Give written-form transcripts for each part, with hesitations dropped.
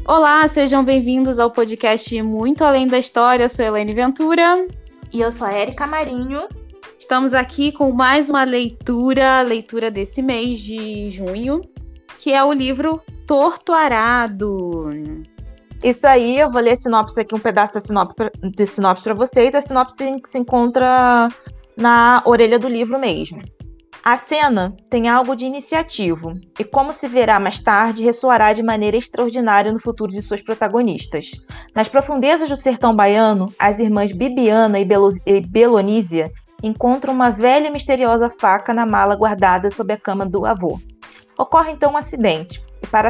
Olá, sejam bem-vindos ao podcast Muito Além da História. Eu sou Elaine Ventura. E eu sou a Érica Marinho. Estamos aqui com mais uma leitura desse mês de junho, que é o livro Torto Arado. Isso aí, eu vou ler a sinopse aqui, um pedaço de sinopse para vocês. A sinopse se encontra na orelha do livro mesmo. A cena tem algo de iniciativo, e como se verá mais tarde, ressoará de maneira extraordinária no futuro de suas protagonistas. Nas profundezas do sertão baiano, as irmãs Bibiana e Belonísia encontram uma velha e misteriosa faca na mala guardada sob a cama do avô. Ocorre então um acidente,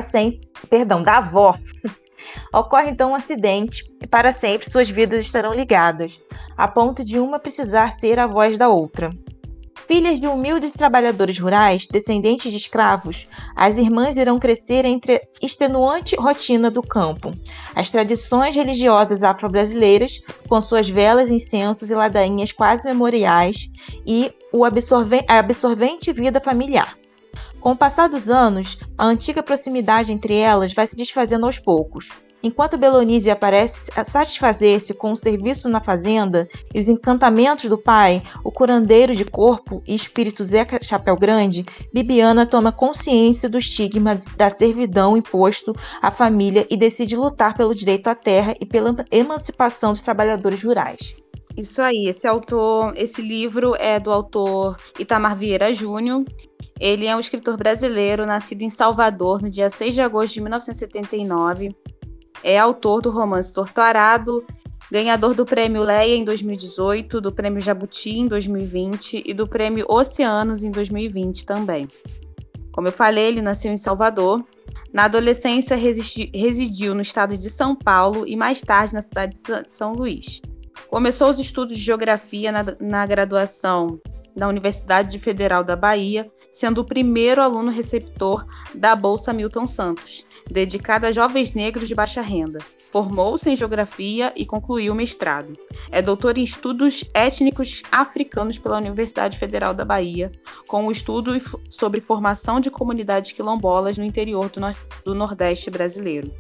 da avó. Ocorre então um acidente, e para sempre suas vidas estarão ligadas, a ponto de uma precisar ser a voz da outra. Filhas de humildes trabalhadores rurais, descendentes de escravos, as irmãs irão crescer entre a extenuante rotina do campo, as tradições religiosas afro-brasileiras, com suas velas, incensos e ladainhas quase memoriais, e a absorvente vida familiar. Com o passar dos anos, a antiga proximidade entre elas vai se desfazendo aos poucos. Enquanto Belonísia parece satisfazer-se com o serviço na fazenda e os encantamentos do pai, o curandeiro de corpo e espírito Zé Chapéu Grande, Bibiana toma consciência do estigma da servidão imposto à família e decide lutar pelo direito à terra e pela emancipação dos trabalhadores rurais. Isso aí, esse livro é do autor Itamar Vieira Júnior. Ele é um escritor brasileiro, nascido em Salvador no dia 6 de agosto de 1979. É autor do romance Torto Arado, ganhador do Prêmio Leia em 2018, do Prêmio Jabuti em 2020 e do Prêmio Oceanos em 2020 também. Como eu falei, ele nasceu em Salvador. Na adolescência, residiu no estado de São Paulo e mais tarde na cidade de São Luís. Começou os estudos de geografia na graduação da Universidade Federal da Bahia, sendo o primeiro aluno receptor da Bolsa Milton Santos, dedicada a jovens negros de baixa renda. Formou-se em geografia e concluiu o mestrado. É doutor em estudos étnicos africanos pela Universidade Federal da Bahia, com o estudo sobre formação de comunidades quilombolas no interior do Nordeste brasileiro.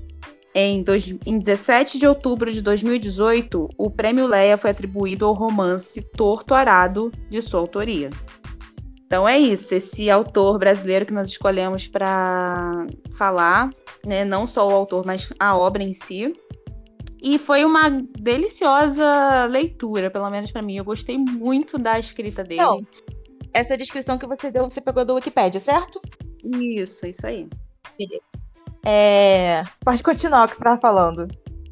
Em 17 de outubro de 2018, o Prêmio Leia foi atribuído ao romance Torto Arado, de sua autoria. Então é isso, esse autor brasileiro que nós escolhemos para falar, né? Não só o autor, mas a obra em si. E foi uma deliciosa leitura, pelo menos para mim. Eu gostei muito da escrita dele. Então, essa descrição que você deu, você pegou da Wikipédia, certo? Isso aí. Beleza. Pode continuar o que você estava falando.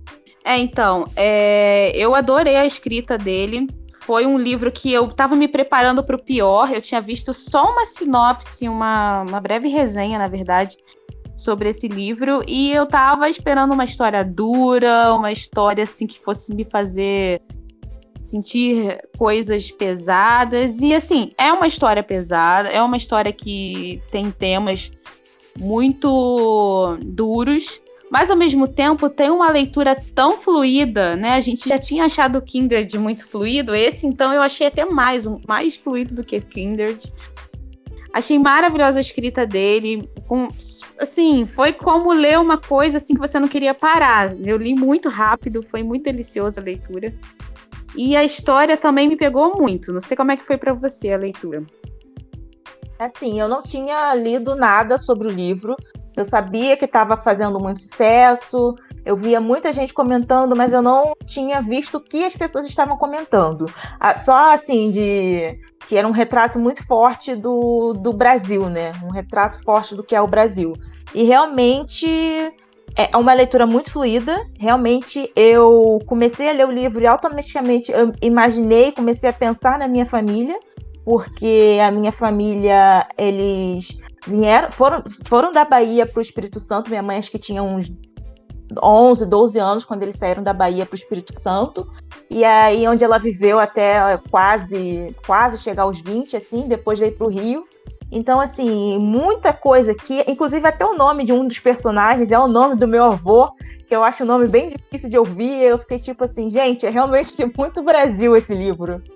Eu adorei a escrita dele. Foi um livro que eu estava me preparando para o pior. Eu tinha visto só uma sinopse, uma breve resenha, na verdade, sobre esse livro. E eu estava esperando uma história dura, uma história assim, que fosse me fazer sentir coisas pesadas. E, assim, é uma história pesada. É uma história que tem temas muito duros. Mas, ao mesmo tempo, tem uma leitura tão fluida, né? A gente já tinha achado o Kindred muito fluido. Esse, então, eu achei até mais fluido do que Kindred. Achei maravilhosa a escrita dele. Foi como ler uma coisa assim, que você não queria parar. Eu li muito rápido, foi muito deliciosa a leitura. E a história também me pegou muito. Não sei como é que foi para você a leitura. Assim, eu não tinha lido nada sobre o livro. Eu sabia que estava fazendo muito sucesso, eu via muita gente comentando, mas eu não tinha visto o que as pessoas estavam comentando. Só assim, que era um retrato muito forte do Brasil, né? Um retrato forte do que é o Brasil. E realmente é uma leitura muito fluida. Realmente eu comecei a ler o livro e automaticamente eu comecei a pensar na minha família, porque a minha família, eles foram da Bahia para o Espírito Santo. Minha mãe acho que tinha uns 11, 12 anos quando eles saíram da Bahia para o Espírito Santo. E aí onde ela viveu até quase chegar aos 20, assim, depois veio para o Rio. Então, assim, muita coisa aqui, inclusive até o nome de um dos personagens é o nome do meu avô, que eu acho o nome bem difícil de ouvir. Eu fiquei tipo assim, gente, é realmente muito Brasil esse livro.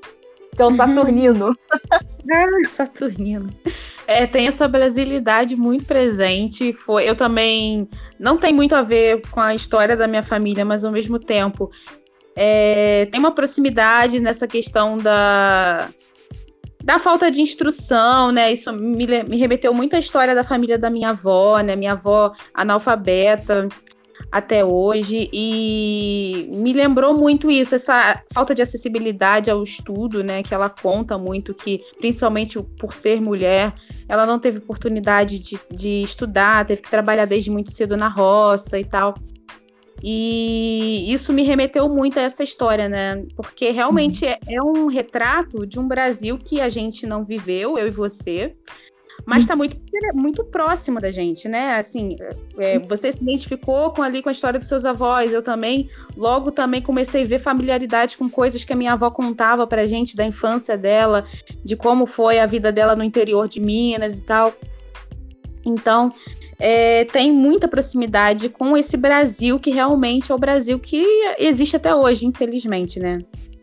que é o Saturnino. Saturnino. Tem essa brasilidade muito presente. Eu também não tem muito a ver com a história da minha família, mas ao mesmo tempo tem uma proximidade nessa questão da falta de instrução, né? Isso me remeteu muito à história da família da minha avó, né? Minha avó analfabeta até hoje, e me lembrou muito isso, essa falta de acessibilidade ao estudo, né, que ela conta muito que, principalmente por ser mulher, ela não teve oportunidade de estudar, teve que trabalhar desde muito cedo na roça e tal, e isso me remeteu muito a essa história, né, porque realmente é um retrato de um Brasil que a gente não viveu, eu e você, mas está muito, muito próximo da gente, né? Assim, você se identificou com a história dos seus avós, eu também. Logo também comecei a ver familiaridade com coisas que a minha avó contava pra gente da infância dela, de como foi a vida dela no interior de Minas e tal. Então, tem muita proximidade com esse Brasil, que realmente é o Brasil que existe até hoje, infelizmente, né?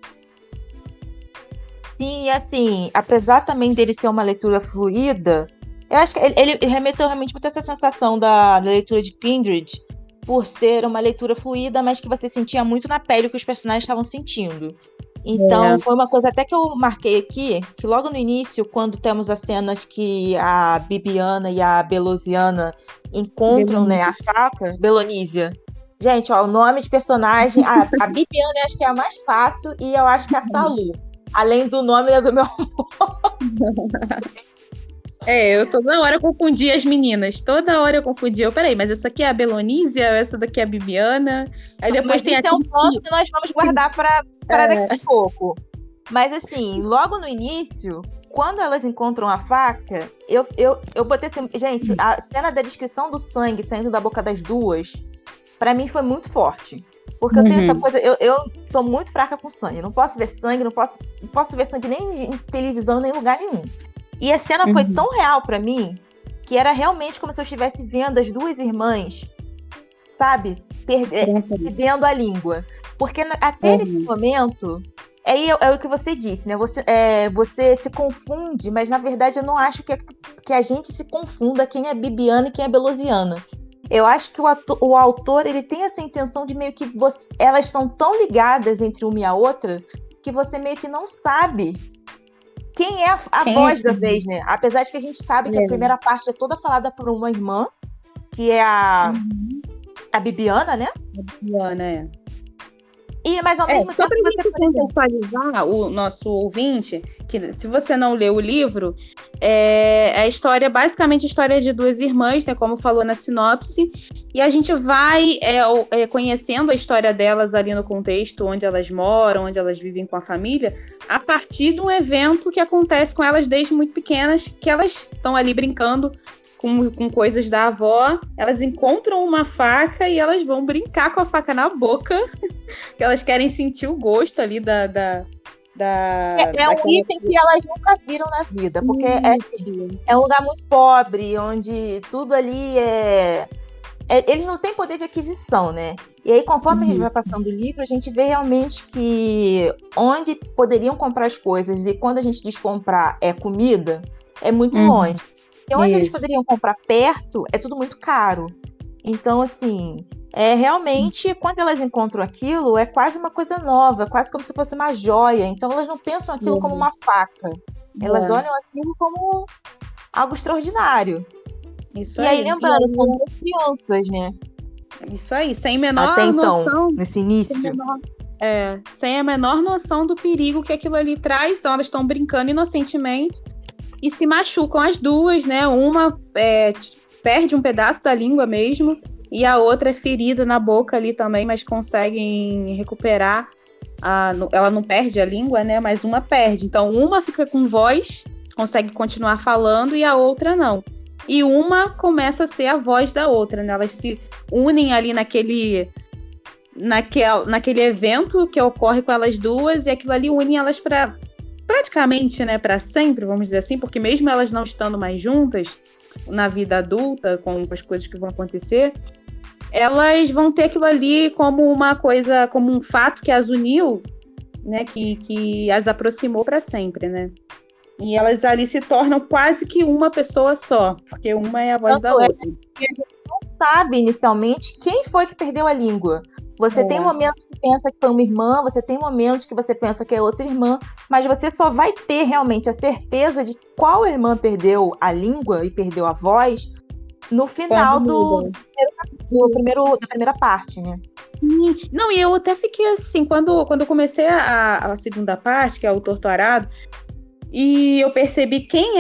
Sim, assim, apesar também dele ser uma leitura fluida, eu acho que ele remeteu realmente muito essa sensação da leitura de Kindred, por ser uma leitura fluida, mas que você sentia muito na pele o que os personagens estavam sentindo. Então, foi uma coisa até que eu marquei aqui, que logo no início, quando temos as cenas que a Bibiana e a Belosiana encontram, né, a faca, Belonísia. Gente, ó, o nome de personagem, a Bibiana eu acho que é a mais fácil, e eu acho que é a Salu. Além do nome do meu amor. Eu toda hora confundia as meninas. Toda hora eu confundia. Peraí, mas essa aqui é a Belonísia? Essa daqui é a Bibiana? Aí depois mas tem isso é um ponto que nós vamos guardar para daqui a pouco. Mas assim, logo no início, quando elas encontram a faca, eu botei assim... Gente, a cena da descrição do sangue saindo da boca das duas, pra mim foi muito forte. Porque eu tenho essa coisa, eu sou muito fraca com sangue. Não posso ver sangue, não posso ver sangue nem em televisão, nem em lugar nenhum. E a cena foi tão real pra mim, que era realmente como se eu estivesse vendo as duas irmãs, sabe? Perdendo a língua. Porque até esse momento, é o que você disse, né? Você se confunde, mas na verdade eu não acho que a gente se confunda quem é Bibiana e quem é Belosiana. Eu acho que o autor ele tem essa intenção de meio que elas são tão ligadas entre uma e a outra que você meio que não sabe quem é a voz da vez, né? Apesar de que a gente sabe que a primeira parte é toda falada por uma irmã, que é a Bibiana, né? A Bibiana, mas ao mesmo tempo que você contextualizar o nosso ouvinte, que se você não leu o livro, a história, basicamente a história de duas irmãs, né, como falou na sinopse, e a gente vai conhecendo a história delas ali no contexto, onde elas moram, onde elas vivem com a família, a partir de um evento que acontece com elas desde muito pequenas, que elas estão ali brincando com coisas da avó, elas encontram uma faca e elas vão brincar com a faca na boca, que elas querem sentir o gosto ali é um item que elas nunca viram na vida, porque é um lugar muito pobre, onde tudo ali eles não têm poder de aquisição, né? E aí, conforme a gente vai passando o livro, a gente vê realmente que onde poderiam comprar as coisas, e quando a gente diz comprar comida, é muito longe. E onde eles poderiam comprar perto, é tudo muito caro. Então, assim, realmente, quando elas encontram aquilo, é quase uma coisa nova, quase como se fosse uma joia. Então, elas não pensam aquilo como uma faca. Elas olham aquilo como algo extraordinário. Isso aí, lembrando, são duas crianças, né? Isso aí, sem menor até então, noção, nesse início. Sem a menor noção do perigo que aquilo ali traz. Então, elas estão brincando inocentemente e se machucam as duas, né? Uma perde um pedaço da língua mesmo, e a outra é ferida na boca ali também, mas conseguem recuperar. Ela não perde a língua, né? Mas uma perde. Então, uma fica com voz, consegue continuar falando, e a outra não. E uma começa a ser a voz da outra, né? Elas se unem ali naquele evento que ocorre com elas duas, e aquilo ali une elas para praticamente, né, para sempre, vamos dizer assim, porque mesmo elas não estando mais juntas na vida adulta, com as coisas que vão acontecer, elas vão ter aquilo ali como uma coisa, como um fato que as uniu, né, que as aproximou para sempre, né? E elas ali se tornam quase que uma pessoa só, porque uma é a voz da outra. Que a gente não sabe inicialmente quem foi que perdeu a língua. Você tem momentos que pensa que foi uma irmã, você tem momentos que você pensa que é outra irmã, mas você só vai ter realmente a certeza de qual irmã perdeu a língua e perdeu a voz no final da primeira parte, né? Não, e eu até fiquei assim, quando eu comecei a segunda parte, que é o Torturado, e eu percebi quem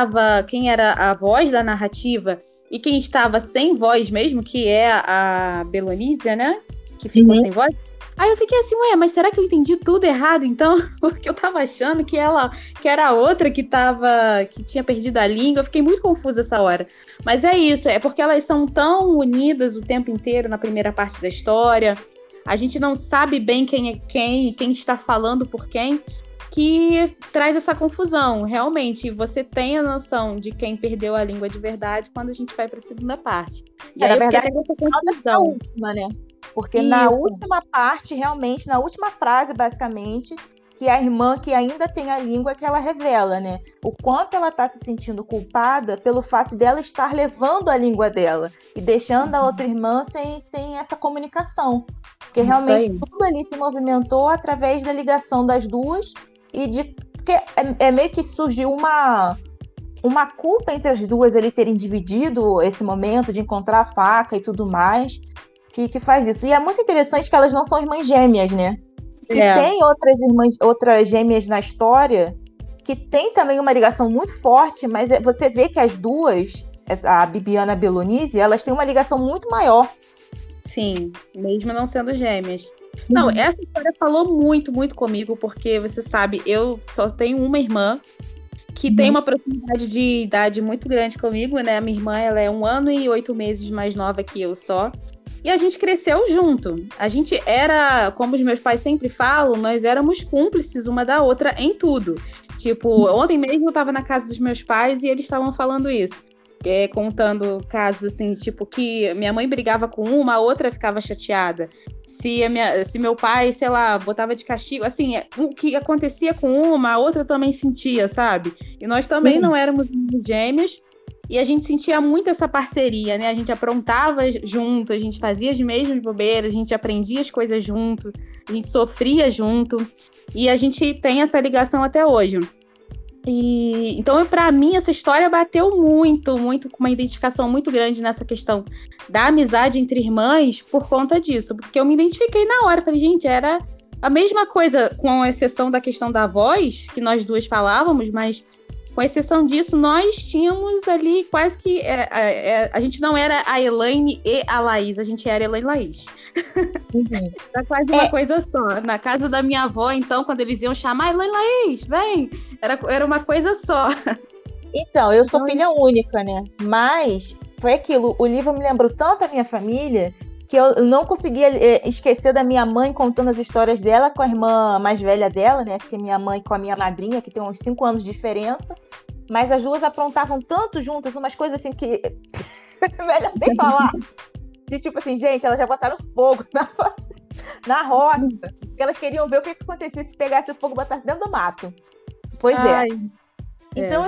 era a voz da narrativa e quem estava sem voz mesmo, que é a Belonísia, né? Que ficou sem voz. Aí eu fiquei assim, mas será que eu entendi tudo errado, então? Porque eu tava achando que era a outra que tinha perdido a língua. Eu fiquei muito confusa essa hora. Mas é isso, é porque elas são tão unidas o tempo inteiro na primeira parte da história. A gente não sabe bem quem é quem está falando por quem, que traz essa confusão. Realmente, você tem a noção de quem perdeu a língua de verdade quando a gente vai para a segunda parte. E aí, na verdade, essa confusão. A última, né? Porque na última parte, realmente, na última frase, basicamente, que a irmã que ainda tem a língua é que ela revela, né? O quanto ela está se sentindo culpada pelo fato dela estar levando a língua dela e deixando a outra irmã sem essa comunicação. Porque realmente tudo ali se movimentou através da ligação das duas porque é meio que surgiu uma culpa entre as duas ali terem dividido esse momento de encontrar a faca e tudo mais, que faz isso. E é muito interessante que elas não são irmãs gêmeas, né? E tem outras gêmeas na história que tem também uma ligação muito forte, mas você vê que as duas, a Bibiana e a Belonísia, elas têm uma ligação muito maior. Sim, mesmo não sendo gêmeas. Não, essa história falou muito, muito comigo, porque você sabe, eu só tenho uma irmã que tem uma proximidade de idade muito grande comigo, né? A minha irmã, ela é 1 ano e 8 meses mais nova que eu só. E a gente cresceu junto. A gente era, como os meus pais sempre falam, nós éramos cúmplices uma da outra em tudo. Tipo, ontem mesmo eu tava na casa dos meus pais e eles estavam falando isso. Contando casos assim, tipo, que minha mãe brigava com uma, a outra ficava chateada. Se meu pai, sei lá, botava de castigo, assim, o que acontecia com uma, a outra também sentia, sabe? E nós também não éramos gêmeos, e a gente sentia muito essa parceria, né? A gente aprontava junto, a gente fazia as mesmas bobeiras, a gente aprendia as coisas junto, a gente sofria junto, e a gente tem essa ligação até hoje. Então, para mim, essa história bateu muito, muito, com uma identificação muito grande nessa questão da amizade entre irmãs por conta disso, porque eu me identifiquei na hora, falei, gente, era a mesma coisa, com exceção da questão da voz, que nós duas falávamos, mas com exceção disso, nós tínhamos ali quase que... a gente não era a Elaine e a Laís, a gente era Elaine e Laís. Era quase uma coisa só. Na casa da minha avó, então, quando eles iam chamar Elaine e Laís, vem! Era uma coisa só. Então, eu sou filha única, né? Mas foi aquilo, o livro me lembrou tanto a minha família que eu não conseguia esquecer da minha mãe contando as histórias dela com a irmã mais velha dela, né? Acho que é minha mãe com a minha madrinha, que tem uns 5 anos de diferença. Mas as duas aprontavam tanto juntas, umas coisas assim que... melhor nem falar. De tipo assim, gente, elas já botaram fogo na roça. Porque elas queriam ver o que acontecia se pegasse o fogo e botasse dentro do mato. Pois é. Então,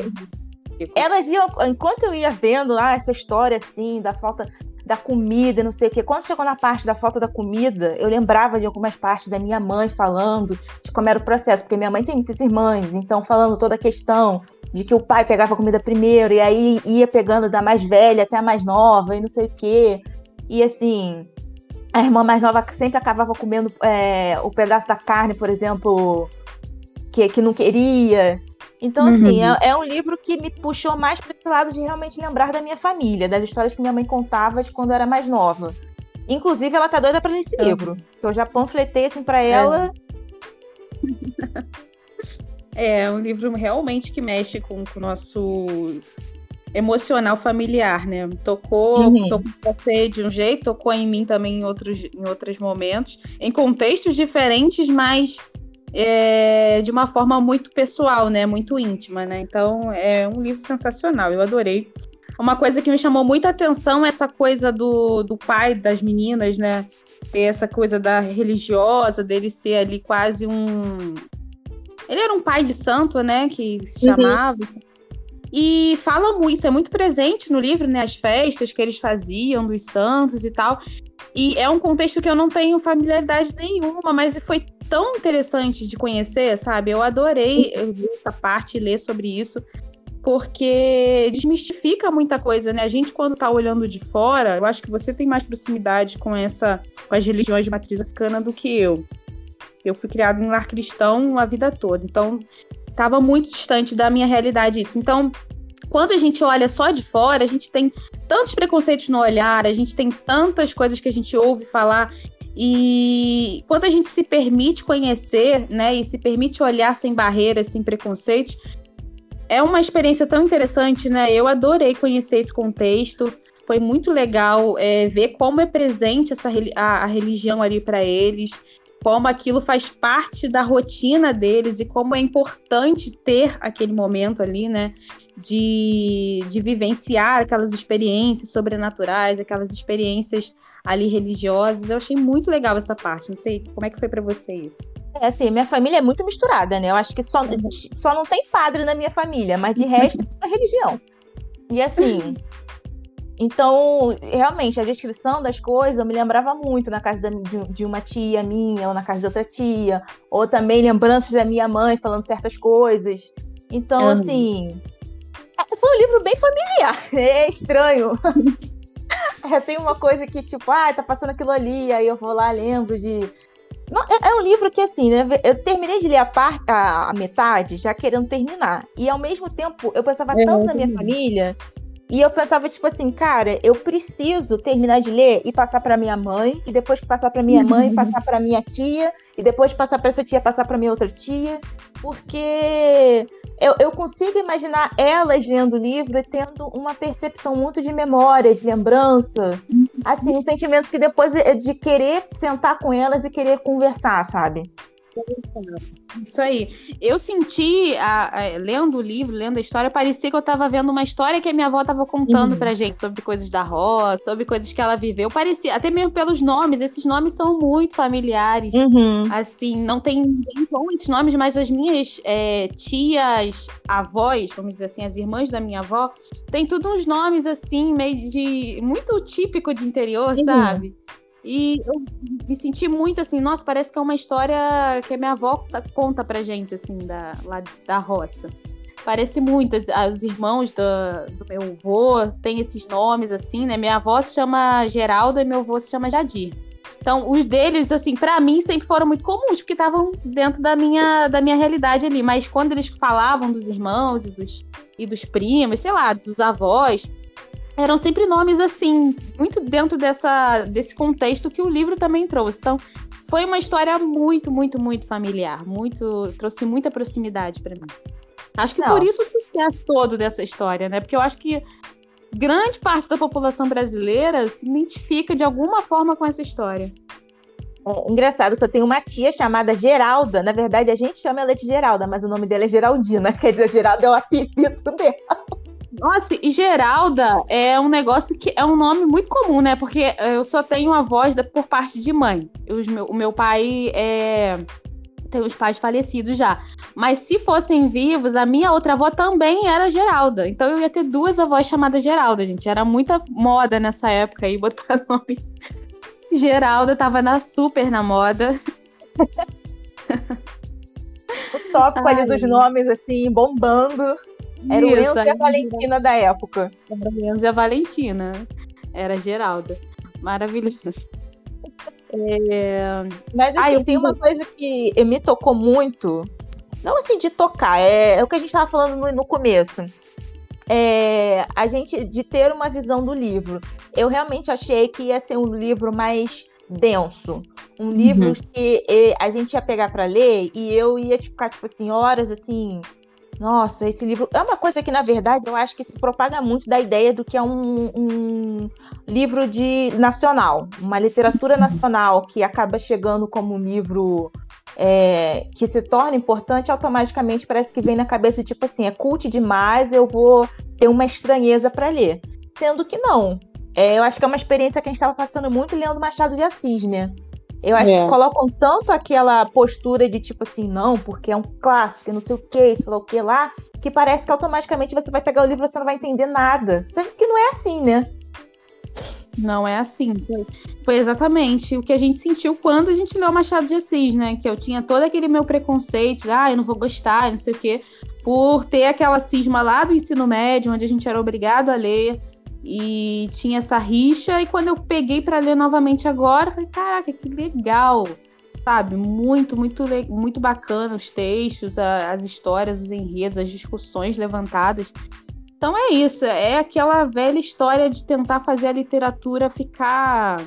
elas iam... Enquanto eu ia vendo lá essa história, assim, da falta da comida, não sei o quê. Quando chegou na parte da falta da comida, eu lembrava de algumas partes da minha mãe falando de como era o processo, porque minha mãe tem muitas irmãs, então falando toda a questão de que o pai pegava a comida primeiro, e aí ia pegando da mais velha até a mais nova, e não sei o quê. E assim, a irmã mais nova sempre acabava comendo o pedaço da carne, por exemplo, que não queria. Então, assim, é um livro que me puxou mais para esse lado de realmente lembrar da minha família, das histórias que minha mãe contava de quando eu era mais nova. Inclusive, ela tá doida para ler esse livro, que eu já panfletei assim para ela. É um livro realmente que mexe com o nosso emocional familiar, né? Tocou você de um jeito, tocou em mim também em outros momentos, em contextos diferentes, mas de uma forma muito pessoal, né? Muito íntima, né? Então, é um livro sensacional, eu adorei. Uma coisa que me chamou muita atenção é essa coisa do pai das meninas, né? Ter essa coisa da religiosa, dele ser ali quase um... Ele era um pai de santo, né? Que se chamava. E fala muito, isso é muito presente no livro, né? As festas que eles faziam dos santos e tal. E é um contexto que eu não tenho familiaridade nenhuma, mas foi tão interessante de conhecer, sabe? Eu adorei ver essa parte e ler sobre isso, porque desmistifica muita coisa, né? A gente, quando tá olhando de fora, eu acho que você tem mais proximidade com as religiões de matriz africana do que eu. Eu fui criada em lar cristão a vida toda, então estava muito distante da minha realidade isso. Então, quando a gente olha só de fora, a gente tem tantos preconceitos no olhar, a gente tem tantas coisas que a gente ouve falar, e quando a gente se permite conhecer, né, e se permite olhar sem barreiras, sem preconceitos, é uma experiência tão interessante, né? Eu adorei conhecer esse contexto, foi muito legal ver como é presente a religião ali para eles, como aquilo faz parte da rotina deles e como é importante ter aquele momento ali, né, de vivenciar aquelas experiências sobrenaturais, aquelas experiências ali religiosas. Eu achei muito legal essa parte. Não sei como é que foi para você isso. Assim, minha família é muito misturada, né? Eu acho que só não tem padre na minha família, mas de resto é religião. E assim... Então, realmente, a descrição das coisas eu me lembrava muito na casa de uma tia minha, ou na casa de outra tia, ou também lembranças da minha mãe falando certas coisas. Então, assim, foi um livro bem familiar. É estranho. Tem uma coisa que, tipo, tá passando aquilo ali, aí eu vou lá, lembro de... Não, é um livro que, assim, né, eu terminei de ler a metade, já querendo terminar. E, ao mesmo tempo, eu pensava tanto na minha família... E eu pensava, tipo assim, cara, eu preciso terminar de ler e passar pra minha mãe, e depois que passar pra minha mãe, passar pra minha tia, e depois passar pra essa tia, passar pra minha outra tia, porque eu consigo imaginar elas lendo o livro e tendo uma percepção muito de memória, de lembrança, assim, um sentimento que depois é de querer sentar com elas e querer conversar, sabe? Isso aí. Eu senti, lendo o livro, lendo a história, parecia que eu estava vendo uma história que a minha avó estava contando pra gente, sobre coisas da roça, sobre coisas que ela viveu. Parecia, até mesmo pelos nomes, esses nomes são muito familiares. Assim, não tem ninguém com esses nomes, mas as minhas tias, avós, vamos dizer assim, as irmãs da minha avó, tem tudo uns nomes assim, meio de... muito típico de interior, sabe? E eu me senti muito assim, nossa, parece que é uma história que a minha avó conta pra gente, assim, lá da roça. Parece muito, os irmãos do meu avô têm esses nomes, assim, né? Minha avó se chama Geralda e meu avô se chama Jadir. Então, os deles, assim, pra mim sempre foram muito comuns, porque estavam dentro da minha realidade ali. Mas quando eles falavam dos irmãos e dos primos, sei lá, dos avós... eram sempre nomes, assim, muito dentro desse contexto que o livro também trouxe. Então, foi uma história muito, muito, muito familiar. Trouxe muita proximidade para mim. Acho que por isso o sucesso todo dessa história, né? Porque eu acho que grande parte da população brasileira se identifica de alguma forma com essa história. É engraçado que eu tenho uma tia chamada Geralda. Na verdade, a gente chama ela de Geralda, mas o nome dela é Geraldina. Quer dizer, Geralda é o apelido dela. Nossa, e Geralda é um negócio que é um nome muito comum, né? Porque eu só tenho avós por parte de mãe. O meu pai tem os pais falecidos já. Mas se fossem vivos, a minha outra avó também era Geralda. Então eu ia ter duas avós chamadas Geralda, gente. Era muita moda nessa época aí botar nome. Geralda tava super na moda. O tópico ali dos nomes, assim, bombando. Era o Enzo e a Valentina da época. Era o Enzo e a Valentina. Era Geralda. Maravilhoso. Mas assim, tem uma coisa que me tocou muito. Não assim de tocar, é o que a gente estava falando no começo. A gente, de ter uma visão do livro. Eu realmente achei que ia ser um livro mais denso. Um livro que a gente ia pegar para ler e eu ia ficar, tipo assim, horas assim... Nossa, esse livro... É uma coisa que, na verdade, eu acho que se propaga muito da ideia do que é um livro nacional. Uma literatura nacional que acaba chegando como um livro que se torna importante, automaticamente parece que vem na cabeça, tipo assim, é cult demais, eu vou ter uma estranheza para ler. Sendo que não. Eu acho que é uma experiência que a gente estava passando muito lendo Machado de Assis, né? Eu acho que colocam tanto aquela postura de tipo assim, não, porque é um clássico, não sei o que, sei lá o que lá, que parece que automaticamente você vai pegar o livro e você não vai entender nada. Sendo que não é assim, né? Não é assim. Foi exatamente o que a gente sentiu quando a gente leu Machado de Assis, né? Que eu tinha todo aquele meu preconceito, eu não vou gostar, não sei o quê, por ter aquela cisma lá do ensino médio, onde a gente era obrigado a ler, e tinha essa rixa, e quando eu peguei para ler novamente agora, eu falei, caraca, que legal, sabe? Muito, muito, muito bacana os textos, as histórias, os enredos, as discussões levantadas. Então é isso, é aquela velha história de tentar fazer a literatura ficar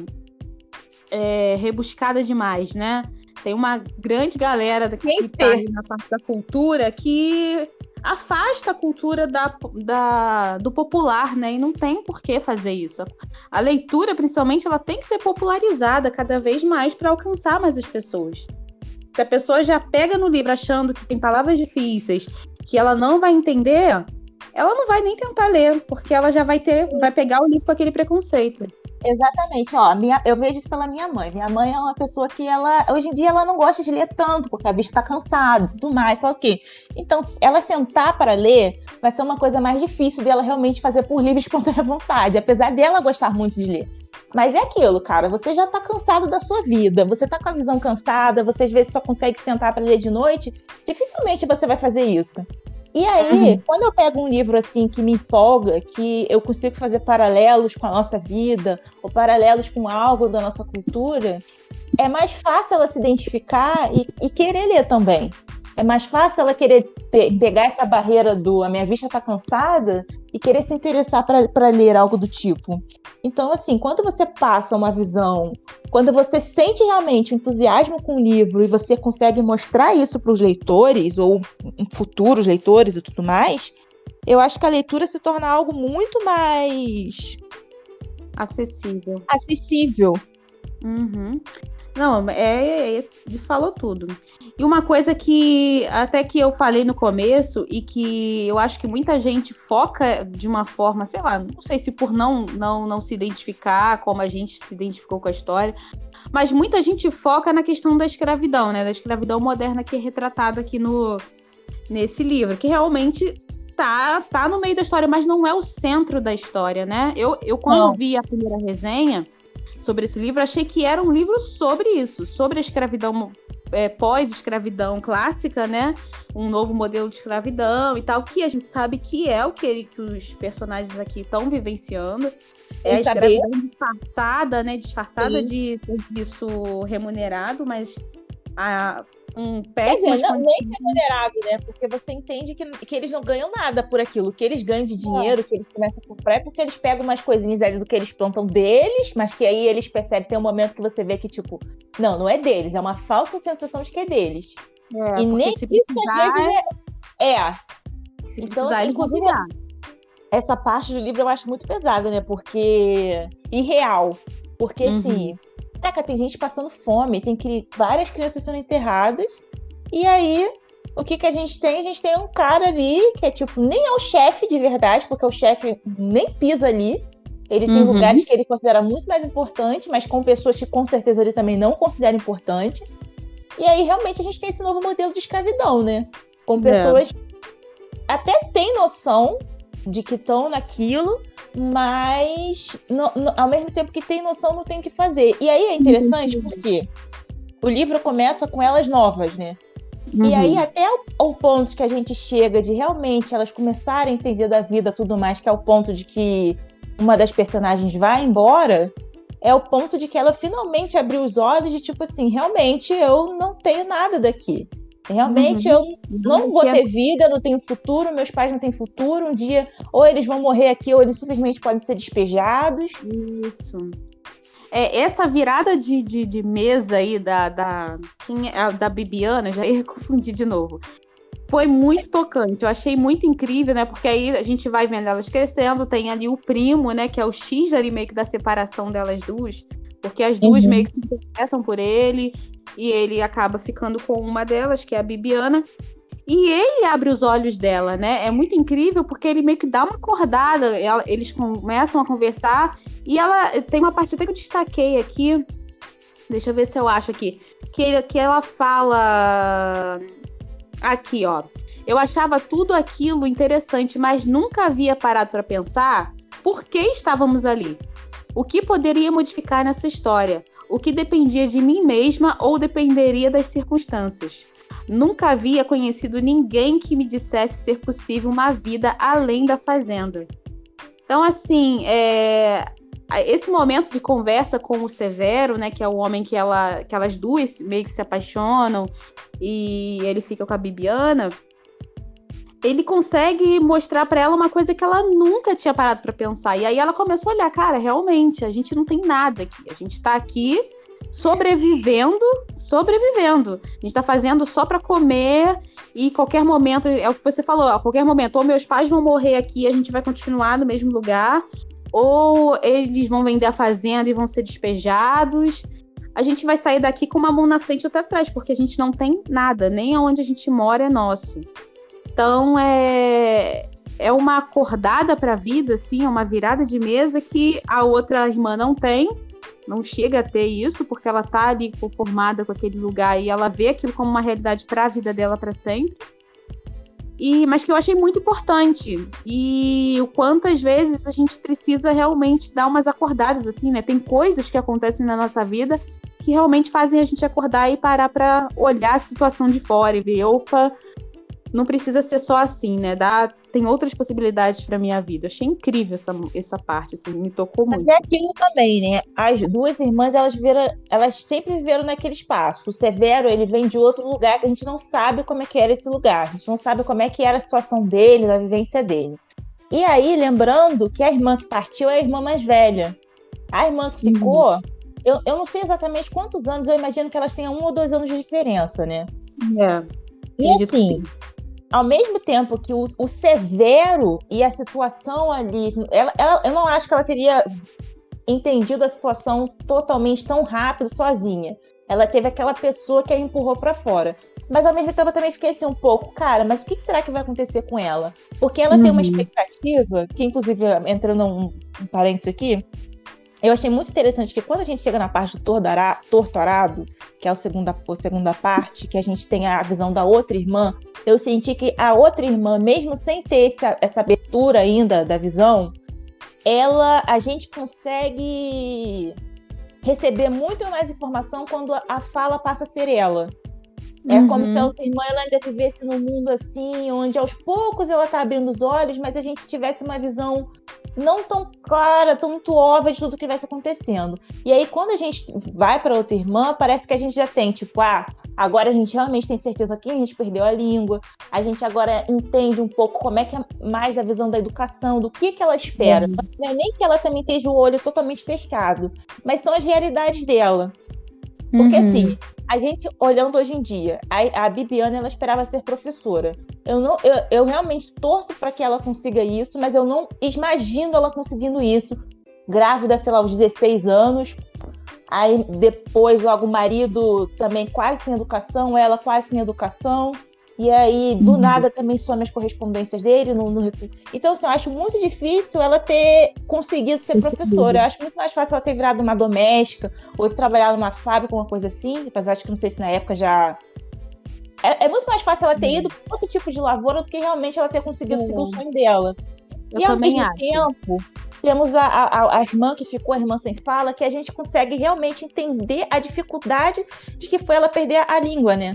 rebuscada demais, né? Tem uma grande galera que está aí na parte da cultura que afasta a cultura do popular, né? E não tem por que fazer isso. A leitura, principalmente, ela tem que ser popularizada cada vez mais para alcançar mais as pessoas. Se a pessoa já pega no livro achando que tem palavras difíceis, que ela não vai entender, ela não vai nem tentar ler, porque ela já vai pegar o livro com aquele preconceito. Exatamente, eu vejo isso pela minha mãe. Minha mãe é uma pessoa que hoje em dia ela não gosta de ler tanto, porque a vista está cansada e tudo mais, sei lá o quê. Então, ela sentar para ler vai ser uma coisa mais difícil dela realmente fazer por livre e espontânea vontade, apesar dela gostar muito de ler. Mas é aquilo, cara, você já tá cansado da sua vida, você tá com a visão cansada, você às vezes só consegue sentar para ler de noite, dificilmente você vai fazer isso. E aí, quando eu pego um livro assim que me empolga, que eu consigo fazer paralelos com a nossa vida, ou paralelos com algo da nossa cultura, é mais fácil ela se identificar e querer ler também. É mais fácil ela querer pegar essa barreira a minha vista tá cansada e querer se interessar para ler algo do tipo. Então, assim, quando você passa uma visão, quando você sente realmente entusiasmo com o livro e você consegue mostrar isso para os leitores, ou futuros leitores e tudo mais, eu acho que a leitura se torna algo muito mais acessível. Uhum. Não, falou tudo. E uma coisa que até que eu falei no começo e que eu acho que muita gente foca de uma forma, sei lá, não sei se por não se identificar como a gente se identificou com a história, mas muita gente foca na questão da escravidão, né? Da escravidão moderna que é retratada aqui nesse livro, que realmente tá no meio da história, mas não é o centro da história, né? Eu quando vi a primeira resenha sobre esse livro, achei que era um livro sobre isso, sobre a escravidão pós-escravidão clássica, né? Um novo modelo de escravidão e tal, que a gente sabe que é o que os personagens aqui estão vivenciando. É a escravidão disfarçada, né? Disfarçada de serviço remunerado, mas um péssimo... Quer dizer, nem remunerado, né? Porque você entende que eles não ganham nada por aquilo. Que eles ganham de dinheiro, que eles começam por pré, porque eles pegam umas coisinhas ali do que eles plantam deles, mas que aí eles percebem, tem um momento que você vê que, tipo, não é deles, é uma falsa sensação de que é deles. E nem isso, às vezes, Então, assim, inclusive, essa parte do livro eu acho muito pesada, né? Porque... irreal. Porque, assim... Caraca, tem gente passando fome, tem várias crianças sendo enterradas, e aí, o que a gente tem? A gente tem um cara ali, que é tipo, nem é o chefe de verdade, porque o chefe nem pisa ali, ele tem lugares que ele considera muito mais importante, mas com pessoas que com certeza ele também não considera importante, e aí realmente a gente tem esse novo modelo de escravidão, né? Com pessoas que até têm noção de que estão naquilo, mas ao mesmo tempo que tem noção, não tem o que fazer. E aí é interessante porque o livro começa com elas novas, né? E aí até o ponto que a gente chega de realmente elas começarem a entender da vida tudo mais, que é o ponto de que uma das personagens vai embora, é o ponto de que ela finalmente abriu os olhos de tipo assim, realmente eu não tenho nada daqui. Realmente eu não vou ter vida, não tenho futuro, meus pais não têm futuro, um dia ou eles vão morrer aqui ou eles simplesmente podem ser despejados. Isso. Essa virada de mesa aí da Bibiana, já ia confundir de novo, foi muito tocante, eu achei muito incrível, né, porque aí a gente vai vendo elas crescendo, tem ali o primo, né, que é o X ali meio que da separação delas duas, porque as duas meio que se interessam por ele, e ele acaba ficando com uma delas, que é a Bibiana. E ele abre os olhos dela, né? É muito incrível porque ele meio que dá uma acordada, eles começam a conversar e ela tem uma parte até que eu destaquei aqui, deixa eu ver se eu acho aqui, que ela fala aqui, ó. Eu achava tudo aquilo interessante, mas nunca havia parado para pensar por que estávamos ali. O que poderia modificar nessa história? O que dependia de mim mesma ou dependeria das circunstâncias? Nunca havia conhecido ninguém que me dissesse ser possível uma vida além da fazenda. Então, assim, esse momento de conversa com o Severo, né, que é o homem que elas duas meio que se apaixonam e ele fica com a Bibiana, ele consegue mostrar pra ela uma coisa que ela nunca tinha parado pra pensar. E aí ela começou a olhar, cara, realmente, a gente não tem nada aqui. A gente tá aqui sobrevivendo. A gente tá fazendo só pra comer e qualquer momento, é o que você falou, a qualquer momento, ou meus pais vão morrer aqui e a gente vai continuar no mesmo lugar, ou eles vão vender a fazenda e vão ser despejados. A gente vai sair daqui com uma mão na frente e outra atrás, porque a gente não tem nada, nem aonde a gente mora é nosso. Então, é uma acordada para a vida, assim, é uma virada de mesa que a outra irmã não chega a ter isso, porque ela tá ali conformada com aquele lugar e ela vê aquilo como uma realidade para a vida dela para sempre. Mas que eu achei muito importante. E o quantas vezes a gente precisa realmente dar umas acordadas, assim, né? Tem coisas que acontecem na nossa vida que realmente fazem a gente acordar e parar para olhar a situação de fora e ver, opa, não precisa ser só assim, né? Tem outras possibilidades para minha vida. Eu achei incrível essa parte, assim, me tocou muito. Mas é aquilo também, né? As duas irmãs, elas sempre viveram naquele espaço. O Severo, ele vem de outro lugar que a gente não sabe como é que era esse lugar. A gente não sabe como é que era a situação dele, a vivência dele. E aí, lembrando que a irmã que partiu é a irmã mais velha. A irmã que ficou, eu não sei exatamente quantos anos, eu imagino que elas tenham 1 ou 2 anos de diferença, né? E assim, ao mesmo tempo que o Severo e a situação ali, eu não acho que ela teria entendido a situação totalmente tão rápido sozinha. Ela teve aquela pessoa que a empurrou para fora. Mas ao mesmo tempo eu também fiquei assim um pouco, cara, mas o que será que vai acontecer com ela? Porque ela tem uma expectativa, que inclusive, entrando um parênteses aqui, eu achei muito interessante que quando a gente chega na parte do torto arado, que é a segunda parte, que a gente tem a visão da outra irmã, eu senti que a outra irmã, mesmo sem ter essa abertura ainda da visão, a gente consegue receber muito mais informação quando a fala passa a ser ela. É como se a outra irmã ela ainda vivesse num mundo assim, onde aos poucos ela tá abrindo os olhos, mas a gente tivesse uma visão não tão clara, tão muito óbvia de tudo que vai acontecendo. E aí, quando a gente vai para outra irmã, parece que a gente já tem, tipo, agora a gente realmente tem certeza que a gente perdeu a língua, a gente agora entende um pouco como é que é mais a visão da educação, do que ela espera. Não é nem que ela também esteja o olho totalmente fechado, mas são as realidades dela. Porque assim, a gente olhando hoje em dia, a Bibiana, ela esperava ser professora. Eu realmente torço para que ela consiga isso, mas eu não imagino ela conseguindo isso. Grávida, sei lá, aos 16 anos. Aí depois, logo, o marido também quase sem educação, ela quase sem educação. E aí, do nada, também some as correspondências dele. Então, assim, eu acho muito difícil ela ter conseguido ser professora. Eu acho muito mais fácil ela ter virado uma doméstica ou ter trabalhado numa fábrica, uma coisa assim. Apesar de que não sei se na época já... É muito mais fácil ela ter ido para outro tipo de lavoura do que realmente ela ter conseguido seguir o sonho dela. E ao mesmo tempo, temos a irmã que ficou, a irmã sem fala, que a gente consegue realmente entender a dificuldade de que foi ela perder a língua, né?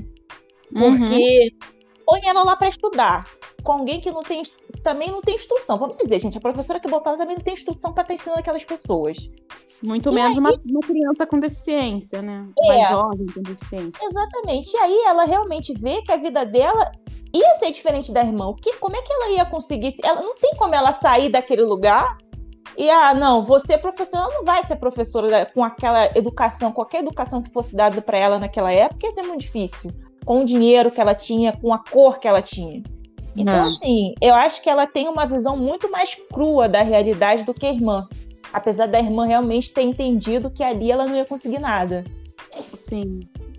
Porque põe ela lá para estudar com alguém que também não tem instrução. Vamos dizer, gente, a professora que botou ela também não tem instrução para estar ensinando aquelas pessoas. Muito menos uma criança com deficiência, né? Uma jovem com deficiência. Exatamente. E aí ela realmente vê que a vida dela ia ser diferente da irmã. Como é que ela ia conseguir? Ela não tem como ela sair daquele lugar e, não, você é professora. Ela não vai ser professora com aquela educação, qualquer educação que fosse dada para ela naquela época, ia ser muito difícil. Com o dinheiro que ela tinha, com a cor que ela tinha. Então, assim, eu acho que ela tem uma visão muito mais crua da realidade do que a irmã. Apesar da irmã realmente ter entendido que ali ela não ia conseguir nada. Sim.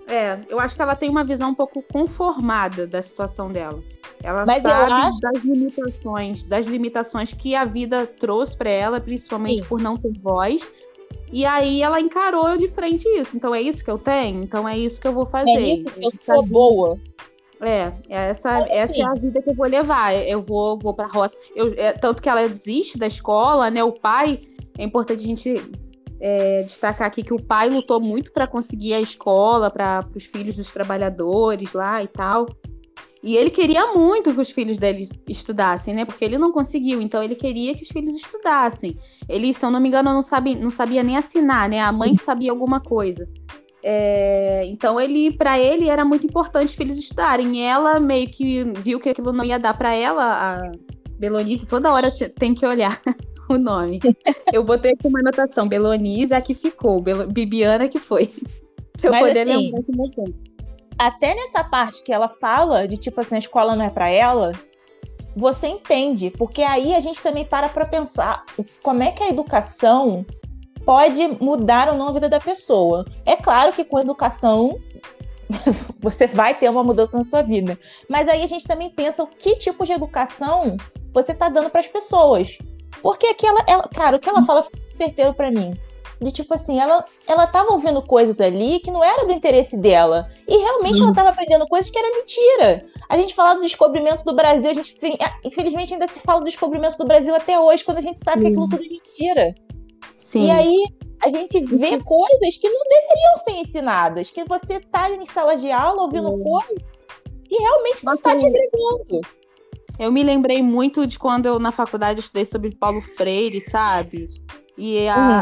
Eu acho que ela tem uma visão um pouco conformada da situação dela. Ela Mas eu sabe acho- das limitações que a vida trouxe para ela, principalmente Sim. por não ter voz. E aí ela encarou de frente isso. Então é isso que eu tenho, então é isso que eu vou fazer. É nisso que eu sou boa. Essa assim, é a vida que eu vou levar. Eu vou pra roça. Tanto que ela desiste da escola, né? O pai, é importante a gente destacar aqui que o pai lutou muito para conseguir a escola para os filhos dos trabalhadores lá e tal. E ele queria muito que os filhos dele estudassem, né? Porque ele não conseguiu, então ele queria que os filhos estudassem. Ele, se eu não me engano, não sabia nem assinar, né? A mãe sabia alguma coisa. Então, para ele era muito importante os filhos estudarem. E ela meio que viu que aquilo não ia dar para ela. A Belonice, toda hora tem que olhar o nome. Eu botei aqui uma anotação. Belonice é a que ficou. Bibiana que foi. Pra eu Mas, poder assim, lembrar que não tem. até nessa parte que ela fala de tipo assim, a escola não é pra ela, você entende, porque aí a gente também para pra pensar como é que a educação pode mudar ou não a vida da pessoa. É claro que com educação você vai ter uma mudança na sua vida, mas aí a gente também pensa o que tipo de educação você tá dando pras pessoas. Porque aqui cara, o que ela fala foi certeiro pra mim. De tipo assim, ela tava ouvindo coisas ali que não era do interesse dela. E realmente ela tava aprendendo coisas que era mentira. A gente fala do descobrimento do Brasil, infelizmente ainda se fala do descobrimento do Brasil até hoje, quando a gente sabe que aquilo tudo é mentira. Sim. E aí a gente vê coisas que não deveriam ser ensinadas. Que você tá em sala de aula ouvindo coisas e realmente não tá te agregando. Eu me lembrei muito de quando eu na faculdade estudei sobre Paulo Freire, sabe? E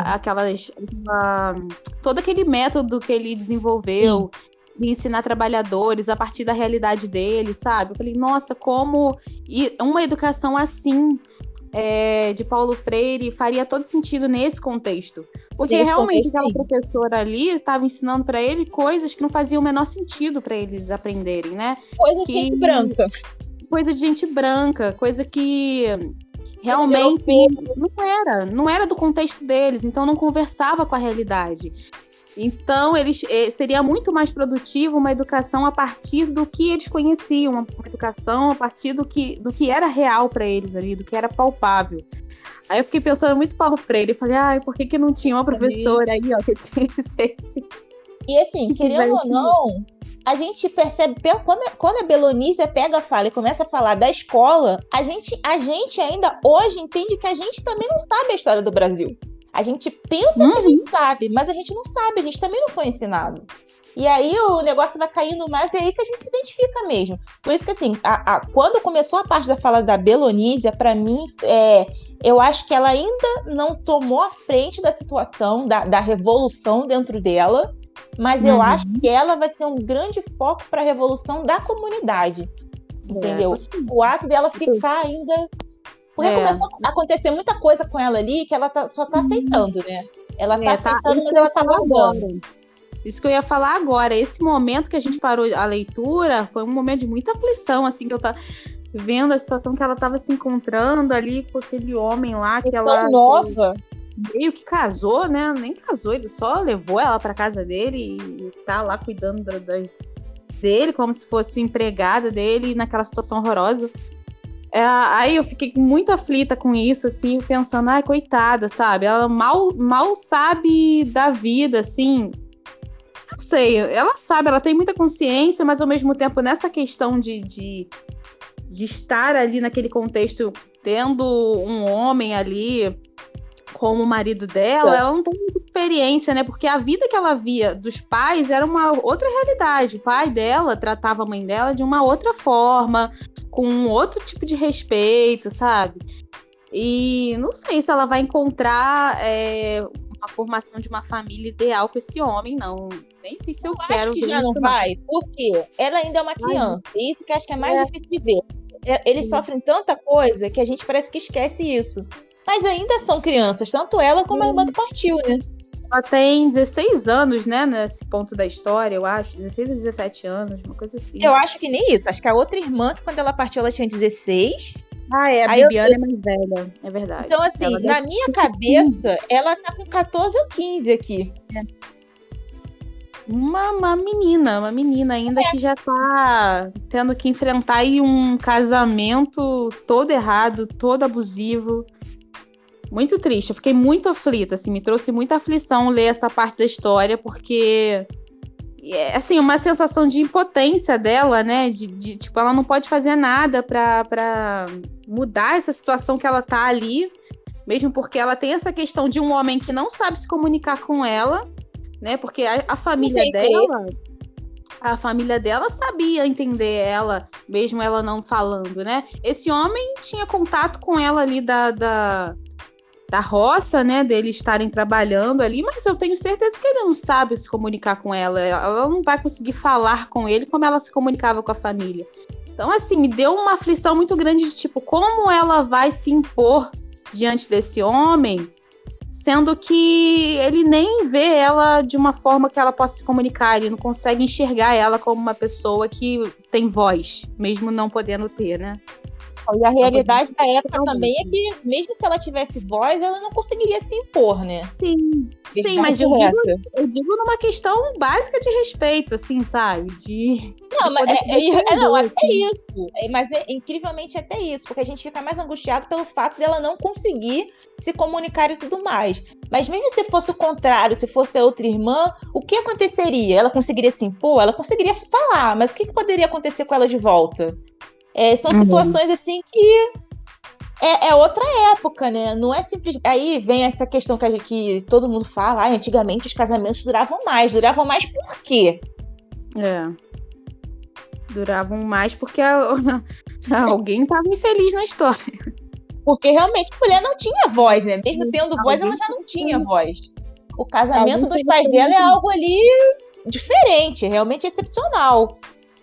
todo aquele método que ele desenvolveu de ensinar trabalhadores a partir da realidade dele, sabe? Eu falei, nossa, como uma educação assim de Paulo Freire faria todo sentido nesse contexto. Porque realmente aquela professora ali estava ensinando para ele coisas que não faziam o menor sentido para eles aprenderem, né? Coisa de gente branca. Coisa de gente branca, coisa que realmente não era do contexto deles, então não conversava com a realidade. Então, seria muito mais produtivo uma educação a partir do que eles conheciam, uma educação a partir do que era real para eles ali, do que era palpável. Aí eu fiquei pensando muito em Paulo Freire, e falei, por que não tinha uma professora aí, ó, que pensasse? E assim, querendo ou não, a gente percebe, quando a Belonísia pega a fala e começa a falar da escola, a gente ainda hoje entende que a gente também não sabe a história do Brasil. A gente pensa que a gente sabe, mas a gente não sabe, a gente também não foi ensinado. E aí o negócio vai caindo mais, e é aí que a gente se identifica mesmo. Por isso que assim, quando começou a parte da fala da Belonísia, pra mim, eu acho que ela ainda não tomou a frente da situação, da revolução dentro dela, mas eu acho que ela vai ser um grande foco para a revolução da comunidade, entendeu? O ato dela ficar ainda... Porque começou a acontecer muita coisa com ela ali que ela só tá aceitando, né? Ela tá aceitando, mas ela tá guardando. Isso que eu ia falar agora. Esse momento que a gente parou a leitura foi um momento de muita aflição, assim, que eu tava vendo a situação que ela tava se encontrando ali com aquele homem lá, que ela... nova. Meio que casou, né? Nem casou, ele só levou ela pra casa dele e tá lá cuidando dele como se fosse empregada dele naquela situação horrorosa. Aí eu fiquei muito aflita com isso, assim, pensando, coitada, sabe? Ela mal sabe da vida, assim. Não sei, ela sabe, ela tem muita consciência, mas ao mesmo tempo nessa questão de estar ali naquele contexto, tendo um homem ali como o marido dela, ela não tem muita experiência, né? Porque a vida que ela via dos pais era uma outra realidade. O pai dela tratava a mãe dela de uma outra forma, com outro tipo de respeito, sabe? E não sei se ela vai encontrar uma formação de uma família ideal com esse homem, não. Nem sei se eu quero. Acho que já não vai, porque ela ainda é uma criança. E isso que acho que é mais difícil de ver. Eles sofrem tanta coisa que a gente parece que esquece isso. Mas ainda são crianças, tanto ela como a irmã que partiu, né? Ela tem 16 anos, né, nesse ponto da história, eu acho. 16 ou 17 anos, uma coisa assim. Eu acho que nem isso. Acho que a outra irmã, que quando ela partiu, ela tinha 16. A Bibiana é mais velha, é verdade. Então, assim, na minha cabeça, ela tá com 14 ou 15 aqui. uma menina ainda que já tá tendo que enfrentar aí um casamento todo errado, todo abusivo. Muito triste, eu fiquei muito aflita, assim, me trouxe muita aflição ler essa parte da história, porque assim, uma sensação de impotência dela, né, de tipo, ela não pode fazer nada pra mudar essa situação que ela tá ali, mesmo porque ela tem essa questão de um homem que não sabe se comunicar com ela, né, porque a família dela sabia entender ela, mesmo ela não falando, né, esse homem tinha contato com ela ali da roça, né, deles estarem trabalhando ali, mas eu tenho certeza que ele não sabe se comunicar com ela. Ela não vai conseguir falar com ele como ela se comunicava com a família. Então, assim, me deu uma aflição muito grande de, tipo, como ela vai se impor diante desse homem, sendo que ele nem vê ela de uma forma que ela possa se comunicar, ele não consegue enxergar ela como uma pessoa que tem voz, mesmo não podendo ter, né? E a realidade da época também é que, mesmo se ela tivesse voz, ela não conseguiria se impor, né? Sim, mas eu digo numa questão básica de respeito, assim, sabe? Não, mas até isso. Mas incrivelmente até isso, porque a gente fica mais angustiado pelo fato dela não conseguir se comunicar e tudo mais. Mas mesmo se fosse o contrário, se fosse a outra irmã, o que aconteceria? Ela conseguiria se impor? Ela conseguiria falar, mas o que poderia acontecer com ela de volta? São situações assim que é outra época, né? Não é simples. Aí vem essa questão que todo mundo fala, antigamente os casamentos duravam mais. Duravam mais por quê? Duravam mais porque alguém estava infeliz na história. Porque realmente a mulher não tinha voz, né? Mesmo tendo voz, ela já não tinha voz. O casamento dos pais dela é algo ali diferente, realmente excepcional.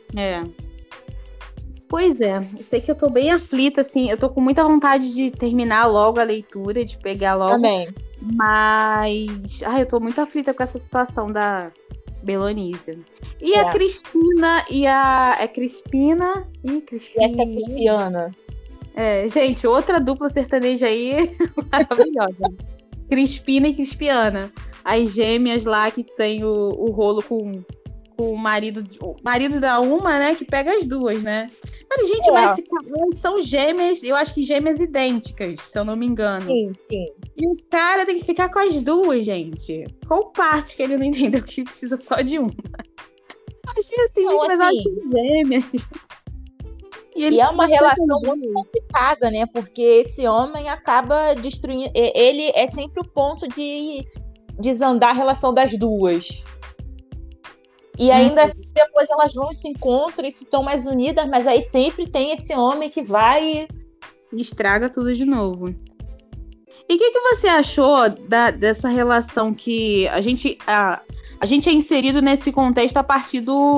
Pois é, eu sei que eu tô bem aflita, assim, eu tô com muita vontade de terminar logo a leitura, de pegar logo. Também. Mas, eu tô muito aflita com essa situação da Belonísia. E a Crispina É Crispina e Crispina. E essa é Crispiana. Gente, outra dupla sertaneja aí maravilhosa. Crispina e Crispiana. As gêmeas lá que tem o rolo com o marido da uma, né, que pega as duas, né? Mas, gente, mas são gêmeas, eu acho que gêmeas idênticas, se eu não me engano. Sim. E o cara tem que ficar com as duas, gente. Qual parte que ele não entendeu que precisa só de uma? Achei assim, gente, mas olha que gêmeas. E é uma relação muito complicada, né? Porque esse homem acaba destruindo... Ele é sempre o ponto de desandar a relação das duas. E ainda assim, depois elas vão se encontram e se estão mais unidas, mas aí sempre tem esse homem que vai e estraga tudo de novo. E o que você achou dessa relação que a gente é inserido nesse contexto a partir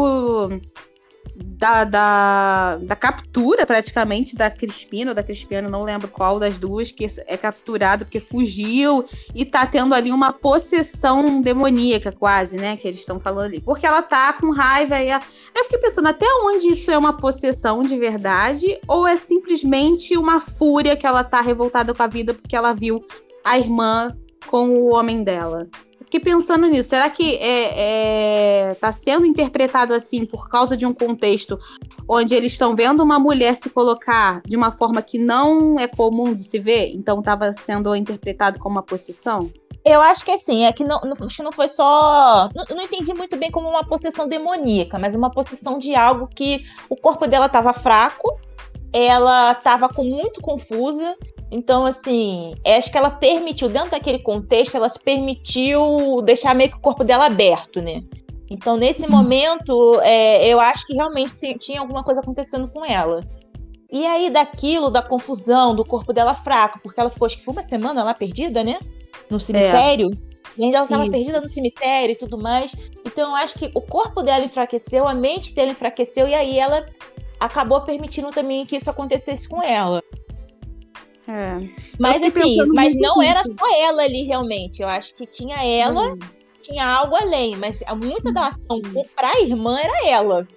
da captura, praticamente, da Crispina ou da Crispiana, não lembro qual das duas, que é capturado porque fugiu e tá tendo ali uma possessão demoníaca quase, né, que eles estão falando ali, porque ela tá com raiva e eu fiquei pensando até onde isso é uma possessão de verdade ou é simplesmente uma fúria que ela tá revoltada com a vida porque ela viu a irmã com o homem dela. Fiquei pensando nisso. Será que tá sendo interpretado assim por causa de um contexto onde eles estão vendo uma mulher se colocar de uma forma que não é comum de se ver? Então estava sendo interpretado como uma possessão? Eu acho que assim, acho que não foi só... Não entendi muito bem como uma possessão demoníaca, mas uma possessão de algo que o corpo dela estava fraco, ela estava muito confusa. Então, assim, acho que ela permitiu, dentro daquele contexto, ela se permitiu deixar meio que o corpo dela aberto, né? Então, nesse momento, eu acho que realmente tinha alguma coisa acontecendo com ela. E aí, da confusão, do corpo dela fraco, porque ela ficou, acho que foi uma semana lá perdida, né? No cemitério. E ainda ela estava perdida no cemitério e tudo mais. Então, eu acho que o corpo dela enfraqueceu, a mente dela enfraqueceu, e aí ela acabou permitindo também que isso acontecesse com ela. Mas assim, não era só ela ali realmente. Eu acho que tinha ela, tinha algo além, mas muita da ação pra irmã era ela.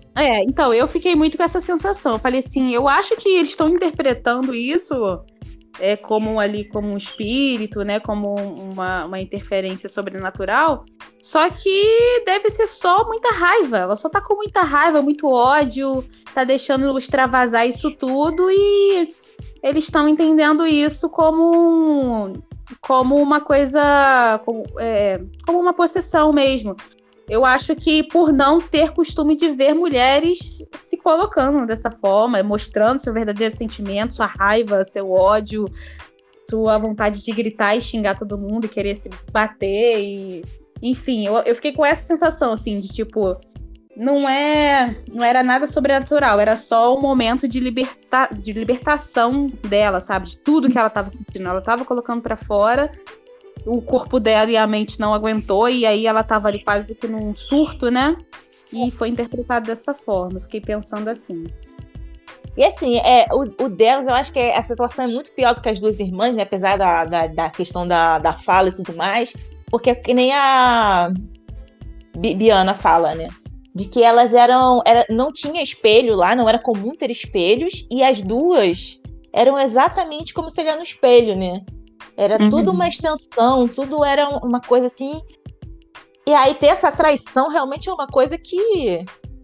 Então, eu fiquei muito com essa sensação. Eu falei assim, eu acho que eles estão interpretando isso como um espírito, né? Como uma interferência sobrenatural. Só que deve ser só muita raiva. Ela só tá com muita raiva, muito ódio, tá deixando extravasar isso tudo e eles estão entendendo isso como uma coisa, como uma possessão mesmo. Eu acho que por não ter costume de ver mulheres se colocando dessa forma, mostrando seu verdadeiro sentimento, sua raiva, seu ódio, sua vontade de gritar e xingar todo mundo e querer se bater. Enfim, eu fiquei com essa sensação, assim, de tipo, não era nada sobrenatural, era só um momento de libertação dela, sabe? De tudo que ela estava sentindo. Ela estava colocando para fora. O corpo dela e a mente não aguentou, e aí ela tava ali quase que num surto, né? E foi interpretado dessa forma. Fiquei pensando assim. E assim, o delas, eu acho que a situação é muito pior do que as duas irmãs, né? Apesar da questão da fala e tudo mais. Porque que nem a Bibiana fala, né? De que elas não tinha espelho lá, não era comum ter espelhos. E as duas eram exatamente como se olhar no espelho, né? Era tudo uma extensão, tudo era uma coisa assim. E aí ter essa traição realmente é uma coisa que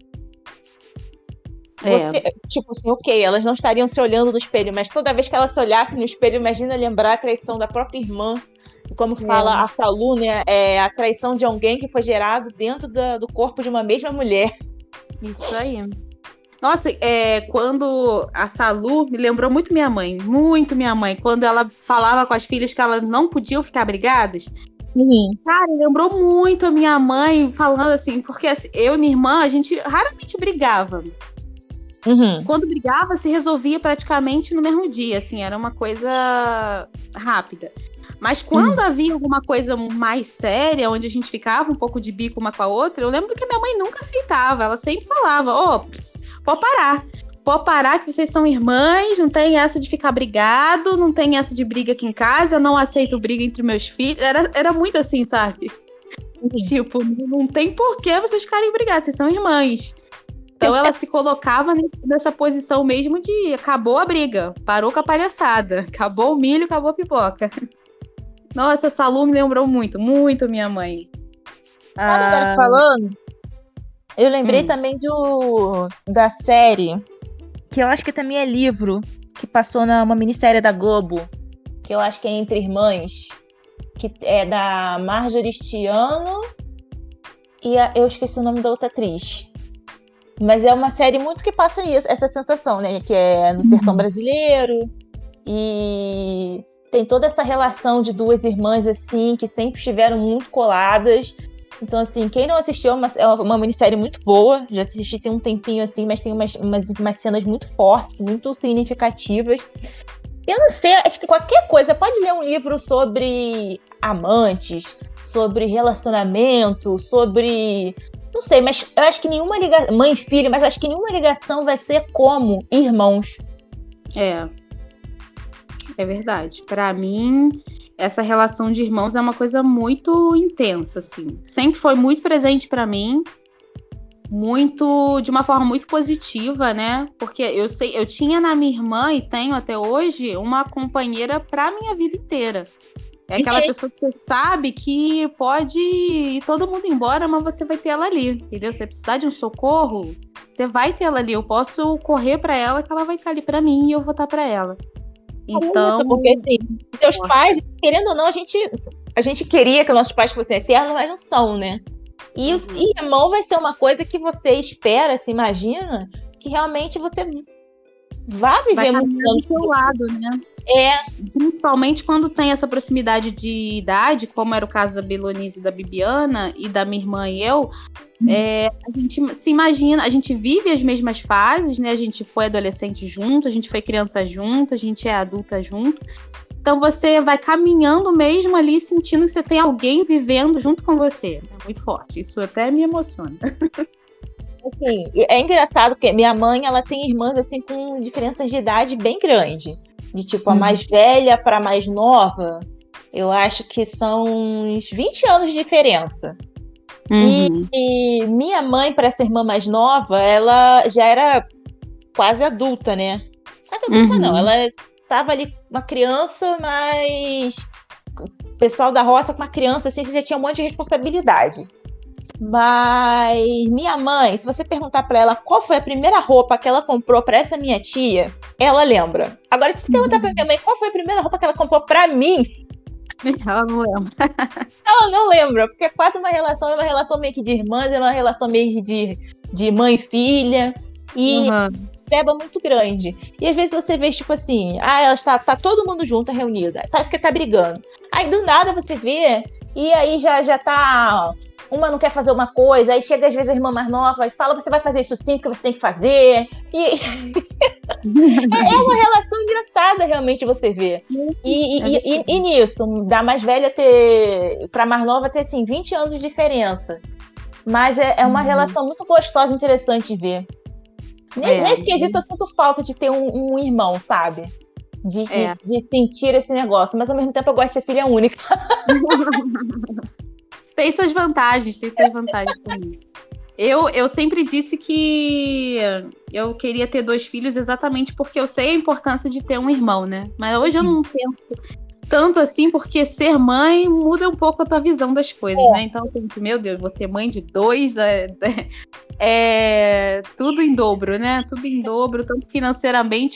tipo assim, ok, elas não estariam se olhando no espelho, mas toda vez que elas se olhassem no espelho, imagina lembrar a traição da própria irmã. Como fala a Salu, né? É a traição de alguém que foi gerado dentro do corpo de uma mesma mulher. Isso aí. Nossa, quando a Salu me lembrou muito minha mãe, quando ela falava com as filhas que elas não podiam ficar brigadas. Cara, lembrou muito a minha mãe falando assim, porque assim, eu e minha irmã, a gente raramente brigava. Quando brigava, se resolvia praticamente no mesmo dia, assim, era uma coisa rápida. Mas quando havia alguma coisa mais séria, onde a gente ficava um pouco de bico uma com a outra, eu lembro que minha mãe nunca aceitava. Ela sempre falava, pode parar que vocês são irmãs, não tem essa de ficar brigado, não tem essa de briga aqui em casa, eu não aceito briga entre meus filhos. Era muito assim, sabe? Tipo, não tem porquê vocês ficarem brigados, vocês são irmãs. Então ela se colocava nessa posição mesmo de acabou a briga, parou com a palhaçada, acabou o milho, acabou a pipoca. Nossa, essa Salu me lembrou muito, muito minha mãe. Sabe agora falando? Eu lembrei também da série, que eu acho que também é livro, que passou numa minissérie da Globo, que eu acho que é Entre Irmãs, que é da Marjorie Stiano e eu esqueci o nome da outra atriz. Mas é uma série muito que passa isso, essa sensação, né? Que é no sertão brasileiro e tem toda essa relação de duas irmãs, assim, que sempre estiveram muito coladas. Então, assim, quem não assistiu é uma minissérie muito boa. Já assisti tem um tempinho, assim, mas tem umas cenas muito fortes, muito significativas. Eu não sei, acho que qualquer coisa, pode ler um livro sobre amantes, sobre relacionamento, sobre... Não sei, mas eu acho que nenhuma ligação... Mãe e filho, mas acho que nenhuma ligação vai ser como irmãos. É verdade. Pra mim, essa relação de irmãos é uma coisa muito intensa, assim. Sempre foi muito presente pra mim, de uma forma muito positiva, né? Porque eu tinha na minha irmã e tenho até hoje uma companheira pra minha vida inteira. É aquela pessoa que você sabe que pode ir todo mundo embora, mas você vai ter ela ali, entendeu? Se você precisar de um socorro, você vai ter ela ali. Eu posso correr pra ela, que ela vai estar ali pra mim e eu vou estar pra ela. Então, porque assim, seus pais, querendo ou não, a gente queria que nossos pais fossem eternos, mas não são, né? E irmão vai ser uma coisa que você espera, se imagina, que realmente você vá viver muito do seu lado, né? Principalmente quando tem essa proximidade de idade, como era o caso da Belonise e da Bibiana, e da minha irmã e eu, a gente se imagina, a gente vive as mesmas fases, né? A gente foi adolescente junto, a gente foi criança junto, a gente é adulta junto. Então você vai caminhando mesmo ali, sentindo que você tem alguém vivendo junto com você. É muito forte, isso até me emociona. Assim, é engraçado porque minha mãe, ela tem irmãs assim com diferenças de idade bem grande. De tipo, a mais velha para a mais nova, eu acho que são uns 20 anos de diferença. E minha mãe, para essa irmã mais nova, ela já era quase adulta, né? Quase adulta não, ela estava ali uma criança, mas o pessoal da roça com uma criança, assim, você já tinha um monte de responsabilidade. Mas minha mãe, se você perguntar pra ela qual foi a primeira roupa que ela comprou pra essa minha tia, ela lembra. Agora, se você perguntar pra minha mãe qual foi a primeira roupa que ela comprou pra mim, Ela não lembra. ela não lembra, porque é quase uma relação meio que de irmãs, é uma relação meio de mãe e filha. E verba muito grande. E às vezes você vê, tipo assim, ela tá todo mundo junto, reunida. Parece que tá brigando. Aí do nada você vê, e aí já tá. Uma não quer fazer uma coisa, aí chega às vezes a irmã mais nova e fala, você vai fazer isso sim, porque você tem que fazer. E é uma relação engraçada, realmente, você ver. E nisso, da mais velha pra mais nova ter, assim, 20 anos de diferença. Mas é uma relação muito gostosa, interessante de ver. Nesse quesito, eu sinto falta de ter um irmão, sabe? De sentir esse negócio. Mas, ao mesmo tempo, eu gosto de ser filha única. Tem suas vantagens também. Eu sempre disse que eu queria ter 2 filhos exatamente porque eu sei a importância de ter um irmão, né? Mas hoje eu não penso tanto assim, porque ser mãe muda um pouco a tua visão das coisas, né? Então eu penso, meu Deus, vou ser mãe de 2, tudo em dobro, né? Tudo em dobro, tanto financeiramente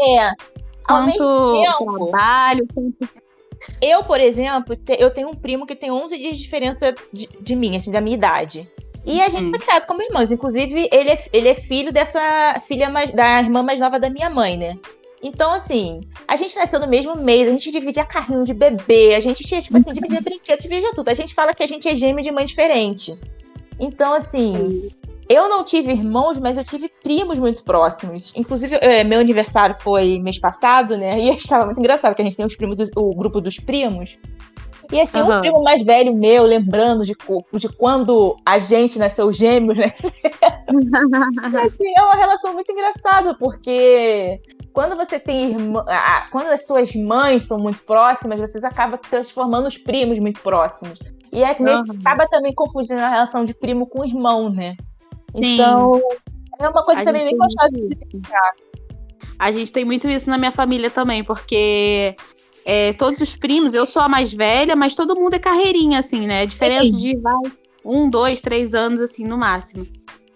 quanto trabalho, quanto... Eu, por exemplo, eu tenho um primo que tem 11 dias de diferença de mim, assim, da minha idade. E a gente foi criado como irmãs. Inclusive, ele é filho dessa da irmã mais nova da minha mãe, né? Então, assim, a gente nasceu no mesmo mês, a gente dividia carrinho de bebê, a gente tinha, tipo assim, dividia brinquedo, dividia tudo. A gente fala que a gente é gêmeo de mãe diferente. Então, assim, eu não tive irmãos, mas eu tive primos muito próximos. Inclusive, meu aniversário foi mês passado, né? E estava muito engraçado, que a gente tem o grupo dos primos. E assim, um primo mais velho meu, lembrando de quando a gente nasceu gêmeos, né? E, assim, é uma relação muito engraçada, porque quando você tem irmã, quando as suas mães são muito próximas, vocês acabam transformando os primos muito próximos. E acaba também confundindo a relação de primo com irmão, né? Sim. Então, é uma coisa também bem gostosa de se explicar. A gente tem muito isso na minha família também, porque todos os primos, eu sou a mais velha, mas todo mundo é carreirinha, assim, né? A diferença de 1, 2, 3 anos, assim, no máximo.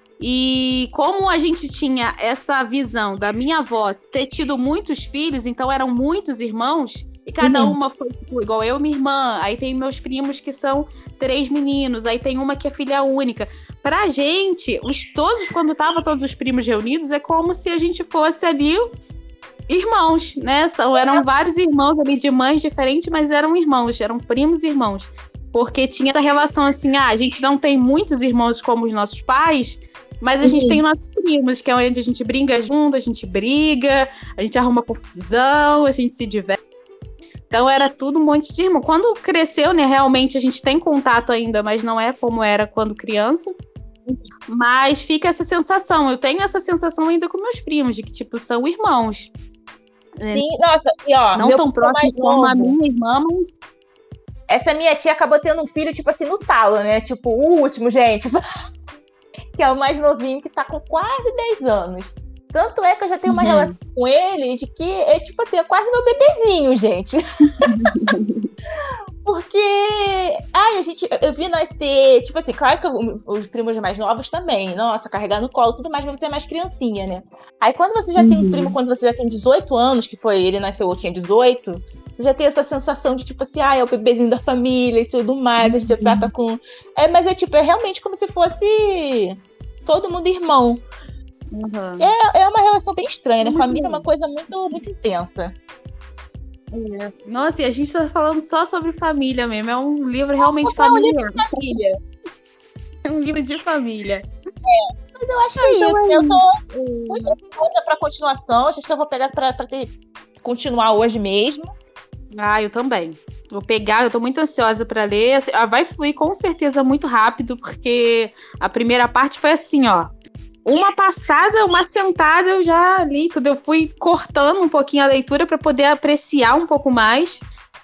E como a gente tinha essa visão da minha avó ter tido muitos filhos, então eram muitos irmãos, e cada uma foi tipo, igual eu e minha irmã. Aí tem meus primos que são 3 meninos, aí tem uma que é filha única. Pra gente, quando tava todos os primos reunidos, é como se a gente fosse ali irmãos, né? Eram vários irmãos ali de mães diferentes, mas eram irmãos, eram primos e irmãos. Porque tinha essa relação assim, a gente não tem muitos irmãos como os nossos pais, mas a gente tem nossos primos, que é onde a gente brinca junto, a gente briga, a gente arruma confusão, a gente se diverte. Então era tudo um monte de irmão. Quando cresceu, né, realmente a gente tem contato ainda, mas não é como era quando criança. Mas fica essa sensação, eu tenho essa sensação ainda com meus primos, de que, tipo, são irmãos. Sim, nossa, e ó, não tão próximos como a minha irmã, mas... Essa minha tia acabou tendo um filho, tipo assim, no talo, né? Tipo, o último, gente. Que é o mais novinho, que tá com quase 10 anos. Tanto é que eu já tenho uma relação com ele de que é, tipo assim, é quase meu bebezinho, gente. Porque, eu vi nascer, tipo assim, claro que os primos mais novos também, nossa, carregar no colo e tudo mais, mas você é mais criancinha, né? Aí quando você já tem um primo, quando você já tem 18 anos, que foi, ele nasceu, eu tinha 18, você já tem essa sensação de, tipo assim, é o bebezinho da família e tudo mais, a gente trata com... mas é realmente como se fosse todo mundo irmão. É uma relação bem estranha, né? Família é uma coisa muito, muito intensa. Nossa, e a gente tá falando só sobre família mesmo. É um livro realmente familiar. É um livro de família. É um livro de família. Mas eu acho que é isso. Eu tô muito ansiosa pra continuação. Acho que eu vou pegar pra continuar hoje mesmo. Eu também. Vou pegar, eu tô muito ansiosa pra ler. Vai fluir com certeza muito rápido, porque a primeira parte foi assim, ó. Uma passada, uma sentada, eu já li tudo. Eu fui cortando um pouquinho a leitura para poder apreciar um pouco mais.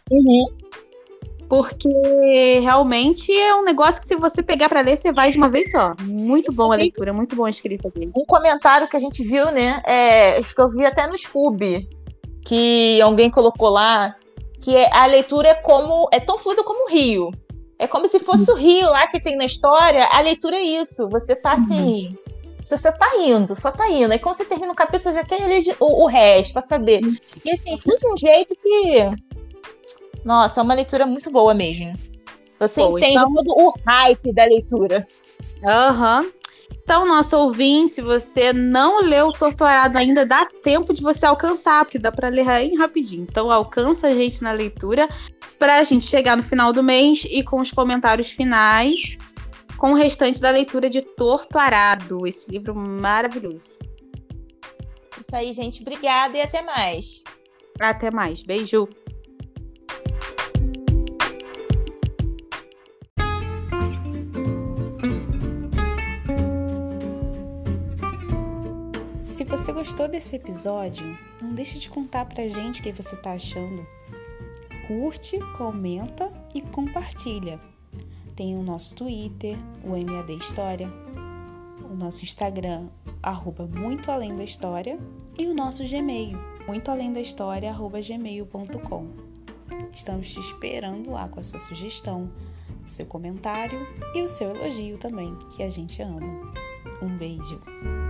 Porque realmente é um negócio que, se você pegar para ler, você vai de uma vez só. Muito bom a leitura, muito bom a escrita dele. Um comentário que a gente viu, né? Acho que eu vi até no Scooby. que alguém colocou lá, que a leitura é tão fluida como o rio. É como se fosse o rio lá que tem na história. A leitura é isso. Você tá assim... Se você tá indo, só tá indo. Aí quando você termina o capítulo, você já quer ler o resto pra saber. E assim, foi de um jeito que... Nossa, é uma leitura muito boa mesmo. Você entende todo o hype da leitura. Aham. Então, nosso ouvinte, se você não leu o Torturado ainda, dá tempo de você alcançar, porque dá para ler bem rapidinho. Então, alcança a gente na leitura para a gente chegar no final do mês e com os comentários finais, com o restante da leitura de Torturado, esse livro maravilhoso. Isso aí, gente. Obrigada e até mais. Até mais. Beijo. Se você gostou desse episódio, não deixe de contar pra gente o que você tá achando. Curte, comenta e compartilha. Tem o nosso Twitter, o MAD História, o nosso Instagram, @muitoalemdahistoria, e o nosso Gmail, muitoalemdahistoria@gmail.com. Estamos te esperando lá com a sua sugestão, o seu comentário e o seu elogio também, que a gente ama. Um beijo!